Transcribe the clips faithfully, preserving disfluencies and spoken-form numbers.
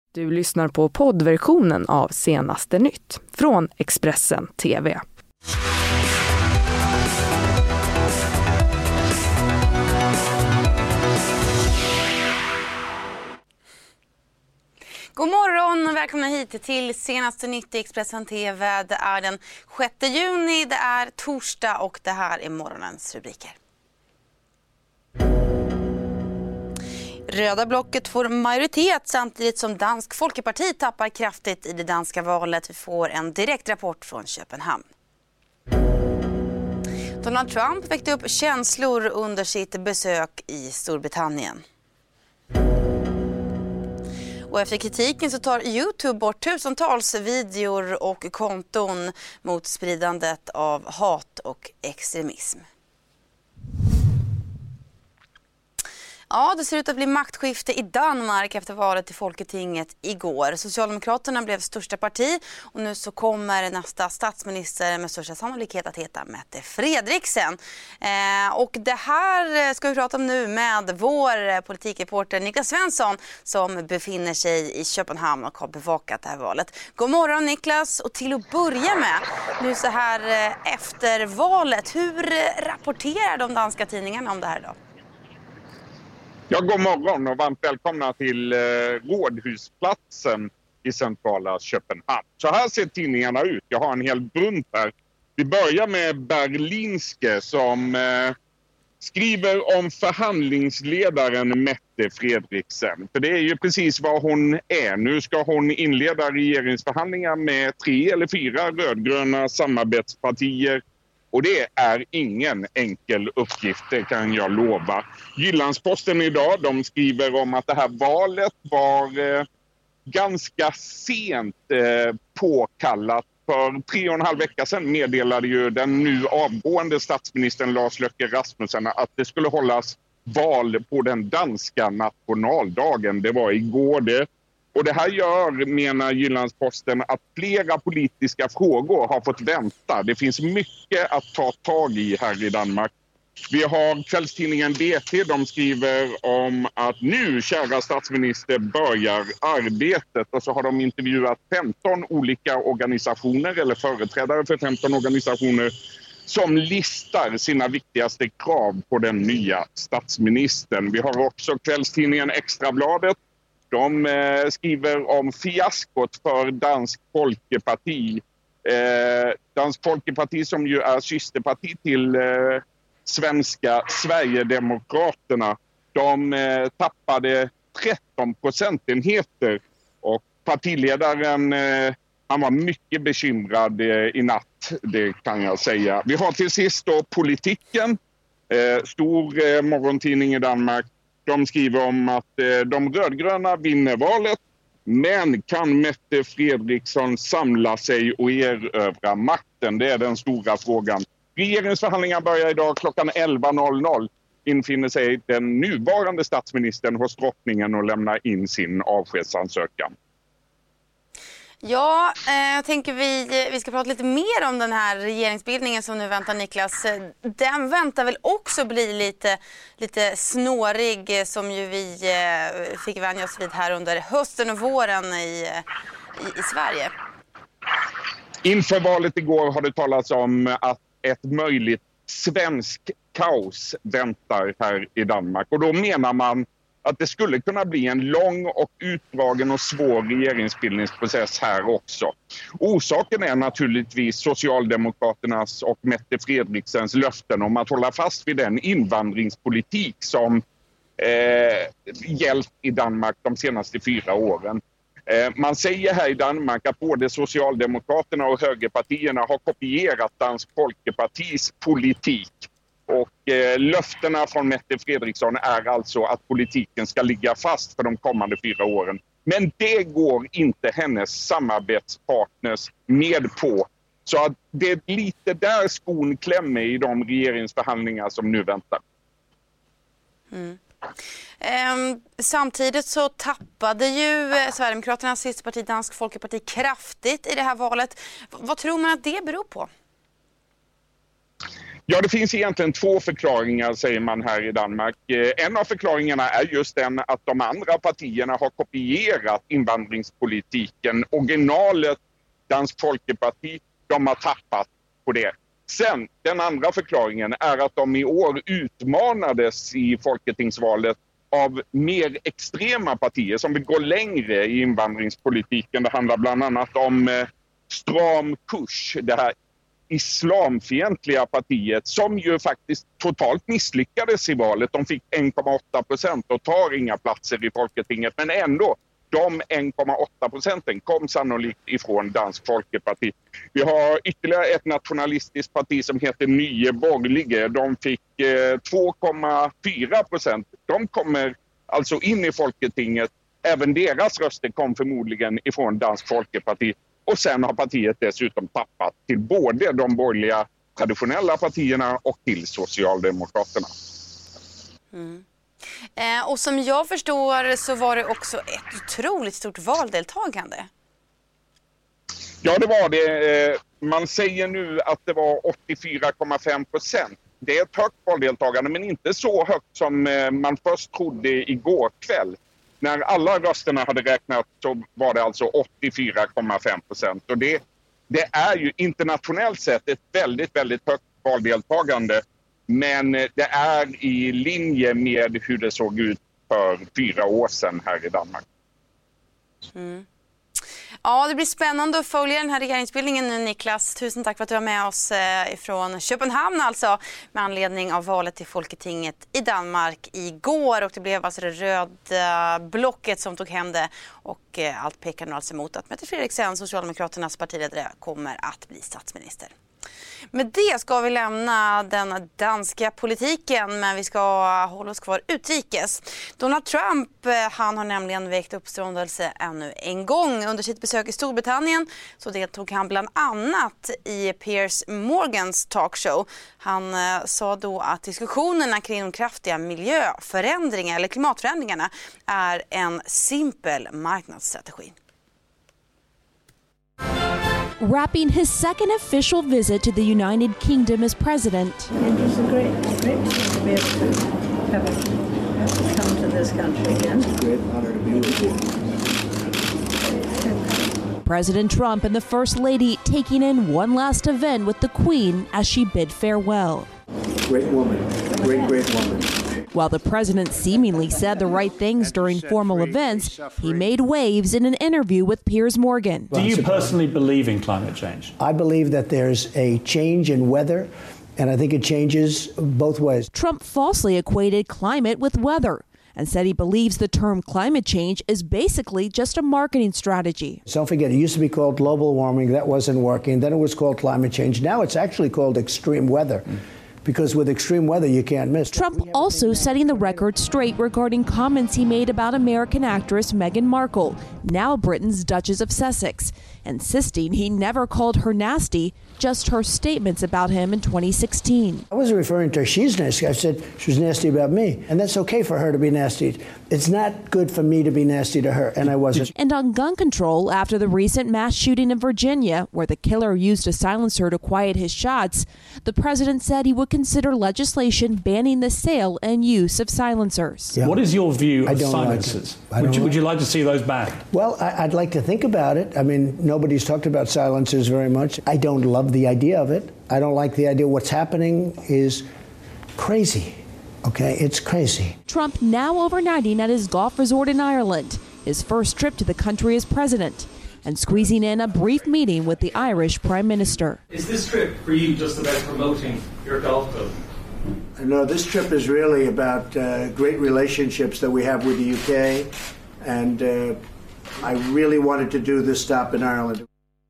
Du lyssnar på poddversionen av Senaste nytt från Expressen T V. God morgon och välkomna hit till Senaste nytt i Expressen T V. Det är den sjätte juni, det är torsdag och det här är morgonens rubriker. Röda blocket får majoritet samtidigt som Dansk Folkeparti tappar kraftigt i det danska valet. Vi får en direkt rapport från Köpenhamn. Donald Trump väckte upp känslor under sitt besök i Storbritannien. Och efter kritiken så tar YouTube bort tusentals videor och konton mot spridandet av hat och extremism. Ja, det ser ut att bli maktskifte i Danmark efter valet till Folketinget igår. Socialdemokraterna blev största parti och nu så kommer nästa statsminister med största sannolikhet att heta Mette Frederiksen. Eh, och det här ska vi prata om nu med vår politikreporter Niklas Svensson som befinner sig i Köpenhamn och har bevakat det här valet. God morgon Niklas, och till att börja med, nu så här efter valet, hur rapporterar de danska tidningarna om det här idag? Ja, god morgon och varmt välkomna till eh, Rådhusplatsen i centrala Köpenhamn. Så här ser tidningarna ut. Jag har en hel bunt här. Vi börjar med Berlingske som eh, skriver om förhandlingsledaren Mette Frederiksen. För det är ju precis vad hon är. Nu ska hon inleda regeringsförhandlingar med tre eller fyra rödgröna samarbetspartier. Och det är ingen enkel uppgift, det kan jag lova. Jyllandsposten idag, de skriver om att det här valet var eh, ganska sent eh, påkallat. För tre och en halv vecka sedan meddelade ju den nu avgående statsministern Lars Løkke Rasmussen att det skulle hållas val på den danska nationaldagen. Det var igår det. Och det här gör, menar Jyllandsposten, att flera politiska frågor har fått vänta. Det finns mycket att ta tag i här i Danmark. Vi har kvällstidningen B T, de skriver om att nu, kära statsminister, börjar arbetet. Och så har de intervjuat femton olika organisationer, eller företrädare för femton organisationer, som listar sina viktigaste krav på den nya statsministern. Vi har också kvällstidningen Ekstrabladet. De eh, skriver om fiaskot för Dansk Folkeparti. Eh, Dansk Folkeparti som ju är systerparti till eh, svenska Sverigedemokraterna. De eh, tappade tretton procentenheter och partiledaren eh, han var mycket bekymrad eh, i natt, det kan jag säga. Vi har till sist då Politiken, eh, stor eh, morgontidning i Danmark. De skriver om att eh, de rödgröna vinner valet, men kan Mette Frederiksen samla sig och erövra makten? Det är den stora frågan. Regeringsförhandlingar börjar idag klockan elva noll noll. Infinner sig den nuvarande statsministern hos drottningen och lämnar in sin avskedsansökan. Ja, eh, jag tänker vi, vi ska prata lite mer om den här regeringsbildningen som nu väntar, Niklas. Den väntar väl också bli lite, lite snårig som ju vi eh, fick vänja oss vid här under hösten och våren i, i, i Sverige. Inför valet igår har det talats om att ett möjligt svensk kaos väntar här i Danmark. Och då menar man att det skulle kunna bli en lång och utdragen och svår regeringsbildningsprocess här också. Orsaken är naturligtvis Socialdemokraternas och Mette Frederiksens löften om att hålla fast vid den invandringspolitik som eh, gällt i Danmark de senaste fyra åren. Eh, man säger här i Danmark att både Socialdemokraterna och högerpartierna har kopierat Dansk Folkepartis politik. Och eh, löftena från Mette Frederiksen är alltså att politiken ska ligga fast för de kommande fyra åren. Men det går inte hennes samarbetspartners med på. Så att det är lite där skon klämmer i de regeringsförhandlingar som nu väntar. Mm. Ehm, samtidigt så tappade ju Sverigedemokraternas systerparti Dansk Folkeparti kraftigt i det här valet. V- vad tror man att det beror på? Ja, det finns egentligen två förklaringar, säger man här i Danmark. En av förklaringarna är just den att de andra partierna har kopierat invandringspolitiken. Originalet, Dansk Folkeparti, de har tappat på det. Sen, den andra förklaringen är att de i år utmanades i folketingsvalet av mer extrema partier som vill gå längre i invandringspolitiken. Det handlar bland annat om eh, stram kurs, det här islamfientliga partiet som ju faktiskt totalt misslyckades i valet. De fick en komma åtta procent och tar inga platser i Folketinget, men ändå de en komma åtta procenten kom sannolikt ifrån Dansk Folkeparti. Vi har ytterligare ett nationalistiskt parti som heter Nye Borgerlige. De fick eh, två komma fyra procent. De kommer alltså in i Folketinget. Även deras röster kom förmodligen ifrån Dansk Folkeparti. Och sen har partiet dessutom tappat till både de borgerliga traditionella partierna och till Socialdemokraterna. Mm. Eh, och som jag förstår så var det också ett otroligt stort valdeltagande. Ja, det var det. Man säger nu att det var åttiofyra komma fem procent. Det är ett högt valdeltagande, men inte så högt som man först trodde igår kväll. När alla rösterna hade räknat så var det alltså åttiofyra komma fem procent. Och det, det är ju internationellt sett ett väldigt, väldigt högt valdeltagande. Men det är i linje med hur det såg ut för fyra år sedan här i Danmark. Mm. Ja, det blir spännande att följa den här regeringsbildningen nu, Niklas. Tusen tack för att du var med oss eh, från Köpenhamn alltså, med anledning av valet till Folketinget i Danmark igår. Och det blev alltså det röda blocket som tog hem det. Och eh, allt pekar nu alltså emot att Mette Frederiksen, Socialdemokraternas partiledare, kommer att bli statsminister. Med det ska vi lämna den danska politiken, men vi ska hålla oss kvar utrikes. Donald Trump, han har nämligen väckt uppståndelse ännu en gång. Under sitt besök i Storbritannien så deltog han bland annat i Piers Morgans talkshow. Han eh, sa då att diskussionerna kring de kraftiga miljöförändringar eller klimatförändringarna är en simpel marknadsstrategi. Wrapping his second official visit to the United Kingdom as president. It was a great, great to be able to have, a, have to come to this country again. It's a great honor to be with you. President Trump and the First Lady taking in one last event with the Queen as she bid farewell. Great woman, great, great woman. While the president seemingly said the right things during formal events, he made waves in an interview with Piers Morgan. Do you personally believe in climate change? I believe that there's a change in weather, and I think it changes both ways. Trump falsely equated climate with weather and said he believes the term climate change is basically just a marketing strategy. Don't forget, it used to be called global warming. That wasn't working. Then it was called climate change. Now it's actually called extreme weather. Mm. Because with extreme weather, you can't miss. Trump also setting the record straight regarding comments he made about American actress Meghan Markle, now Britain's Duchess of Sussex, insisting he never called her nasty, just her statements about him in twenty sixteen. I wasn't referring to her. She's nasty. I said she was nasty about me. And that's okay for her to be nasty. It's not good for me to be nasty to her, and I wasn't. And on gun control, after the recent mass shooting in Virginia, where the killer used a silencer to quiet his shots, the president said he would consider legislation banning the sale and use of silencers. Yeah. What is your view I of don't silencers? Like I would, you, like would you like to see those banned? Well, I, I'd like to think about it. I mean, nobody's talked about silencers very much. I don't love the idea of it. I don't like the idea. What's happening is crazy. Okay, it's crazy. Trump now overnighting at his golf resort in Ireland, his first trip to the country as president, and squeezing in a brief meeting with the Irish Prime Minister. Is this trip for you just about promoting your golf club? No, this trip is really about uh, great relationships that we have with the U K, and uh, I really wanted to do this stop in Ireland.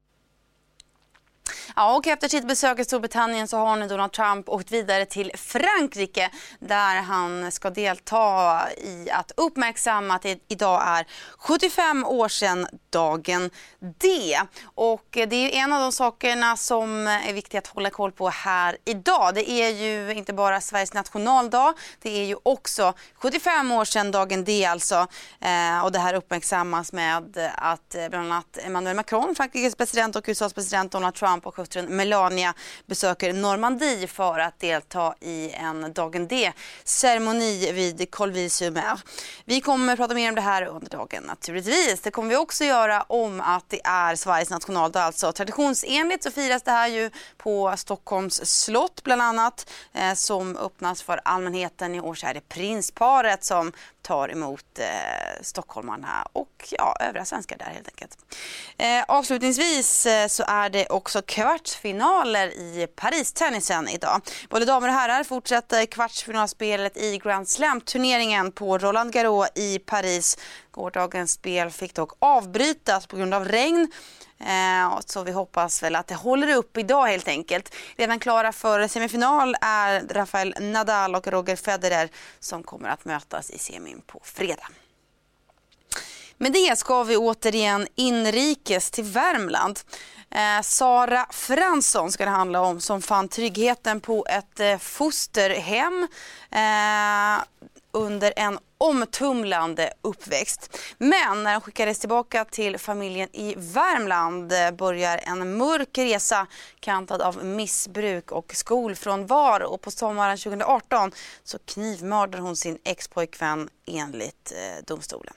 Ja, och efter sitt besök i Storbritannien så har nu Donald Trump åkt vidare till Frankrike där han ska delta i att uppmärksamma att det idag är sjuttiofem år sedan dagen D. Och det är ju en av de sakerna som är viktigt att hålla koll på här idag. Det är ju inte bara Sveriges nationaldag, det är ju också sjuttiofem år sedan dagen D alltså. Eh, och det här uppmärksammas med att bland annat Emmanuel Macron, Frankrikes president, och U S A:s president Donald Trump har hustrun Melania besöker Normandie för att delta i en Dagen D-ceremoni vid Colville-sur-Mer. Vi kommer att prata mer om det här under dagen naturligtvis. Det kommer vi också göra om att det är Sveriges nationaldag. Alltså traditionsenligt så firas det här ju på Stockholms slott bland annat eh, som öppnas för allmänheten. I år så är det prinsparet som tar emot eh, stockholmarna och ja, övriga svenskar där helt enkelt. Eh, avslutningsvis eh, så är det också kvartsfinaler i Paris-tennisen idag. Både damer och herrar fortsätter kvartsfinalspelet i Grand Slam-turneringen på Roland Garros i Paris. Gårdagens spel fick dock avbrytas på grund av regn. Eh, så vi hoppas väl att det håller upp idag helt enkelt. Redan klara för semifinal är Rafael Nadal och Roger Federer som kommer att mötas i semin på fredag. Med det ska vi återigen inrikes till Värmland. Eh, Sara Fransson ska det handla om som fann tryggheten på ett eh, fosterhem eh, under en omtumlande uppväxt. Men när hon skickades tillbaka till familjen i Värmland börjar en mörk resa kantad av missbruk och skolfrånvaro. Och på sommaren tjugo arton så knivmördar hon sin ex-pojkvän enligt eh, domstolen.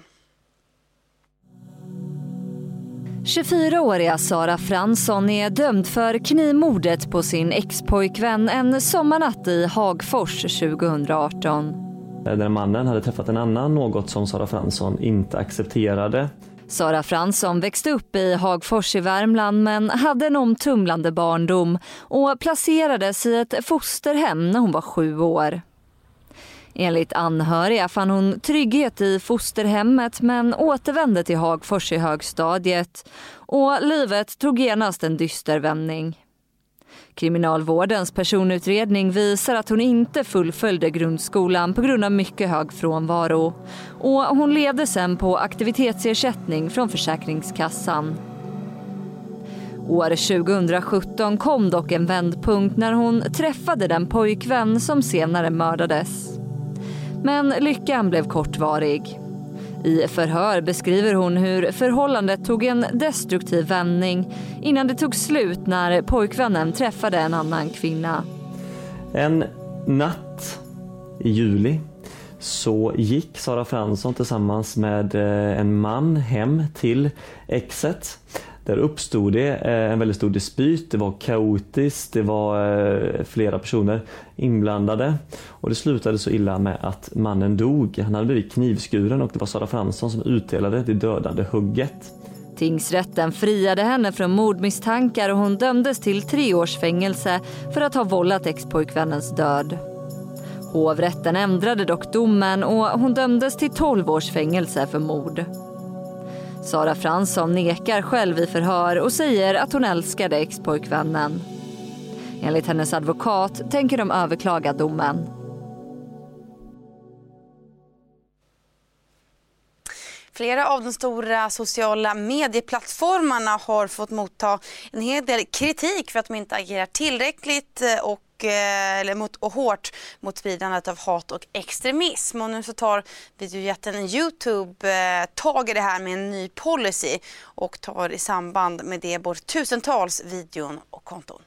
tjugofyraåriga Sara Fransson är dömd för knivmordet på sin ex-pojkvän en sommarnatt i Hagfors tjugo arton. Den mannen hade träffat en annan, något som Sara Fransson inte accepterade. Sara Fransson växte upp i Hagfors i Värmland men hade en omtumlande barndom och placerades i ett fosterhem när hon var sju år. Enligt anhöriga fann hon trygghet i fosterhemmet men återvände till Hagfors i högstadiet och livet tog genast en dyster vändning. Kriminalvårdens personutredning visar att hon inte fullföljde grundskolan på grund av mycket hög frånvaro och hon levde sen på aktivitetsersättning från Försäkringskassan. År tjugo sjutton kom dock en vändpunkt när hon träffade den pojkvän som senare mördades. Men lyckan blev kortvarig. I förhör beskriver hon hur förhållandet tog en destruktiv vändning innan det tog slut när pojkvännen träffade en annan kvinna. En natt i juli så gick Sara Fransson tillsammans med en man hem till exet. Där uppstod det en väldigt stor dispyt, det var kaotiskt, det var flera personer inblandade och det slutade så illa med att mannen dog. Han hade blivit knivskuren och det var Sara Fransson som utdelade det dödande hugget. Tingsrätten friade henne från mordmisstankar och hon dömdes till tre års fängelse för att ha vållat ex-pojkvännens död. Hovrätten ändrade dock domen och hon dömdes till tolv års fängelse för mord. Sara Fransson nekar själv i förhör och säger att hon älskade ex-pojkvännen. Enligt hennes advokat tänker de överklaga domen. Flera av de stora sociala medieplattformarna har fått motta en hel del kritik för att de inte agerar tillräckligt och eller mot, och hårt mot spridandet av hat och extremism. Och nu så tar videojätten YouTube eh, tag i det här med en ny policy och tar i samband med det bort tusentals videon och konton.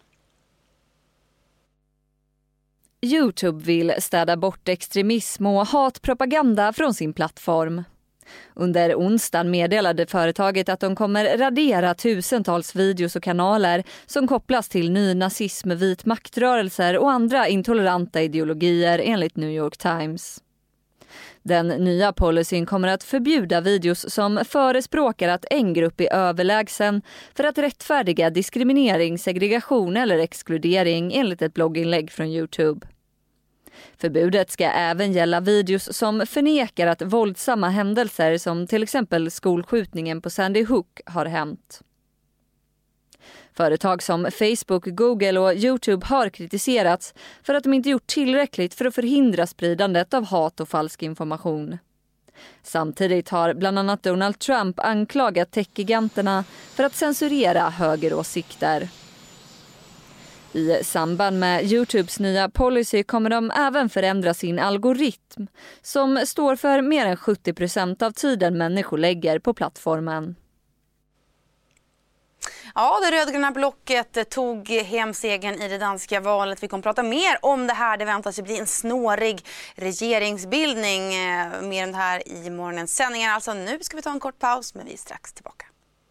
YouTube vill städa bort extremism och hatpropaganda från sin plattform. Under onsdagen meddelade företaget att de kommer radera tusentals videos och kanaler som kopplas till ny nazism, vit maktrörelser och andra intoleranta ideologier enligt New York Times. Den nya policyn kommer att förbjuda videos som förespråkar att en grupp är överlägsen för att rättfärdiga diskriminering, segregation eller exkludering enligt ett blogginlägg från YouTube. Förbudet ska även gälla videos som förnekar att våldsamma händelser som till exempel skolskjutningen på Sandy Hook har hänt. Företag som Facebook, Google och YouTube har kritiserats för att de inte gjort tillräckligt för att förhindra spridandet av hat och falsk information. Samtidigt har bland annat Donald Trump anklagat techgiganterna för att censurera högeråsikter. I samband med YouTubes nya policy kommer de även förändra sin algoritm som står för mer än sjuttio procent av tiden människor lägger på plattformen. Ja, det rödgröna blocket tog hem segern i det danska valet. Vi kommer prata mer om det här. Det väntas ju bli en snårig regeringsbildning. Mer om det här i morgonens sändningar. Alltså nu ska vi ta en kort paus, men vi är strax tillbaka.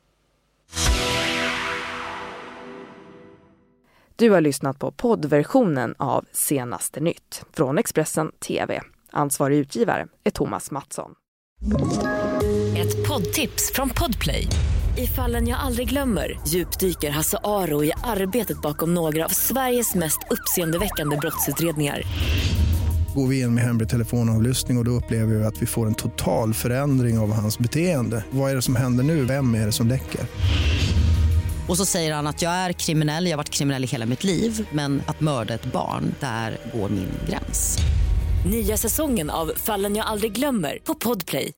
Du har lyssnat på poddversionen av Senaste nytt från Expressen T V. Ansvarig utgivare är Thomas Mattsson. Ett poddtips från Podplay. I Fallen jag aldrig glömmer djupdyker Hasse Aro i arbetet bakom några av Sveriges mest uppseendeväckande brottsutredningar. Går vi in med hemlig telefonavlyssning och då upplever vi att vi får en total förändring av hans beteende. Vad är det som händer nu? Vem är det som läcker? Och så säger han att jag är kriminell, jag har varit kriminell i hela mitt liv. Men att mörda ett barn, där går min gräns. Nya säsongen av Fallen jag aldrig glömmer på Podplay.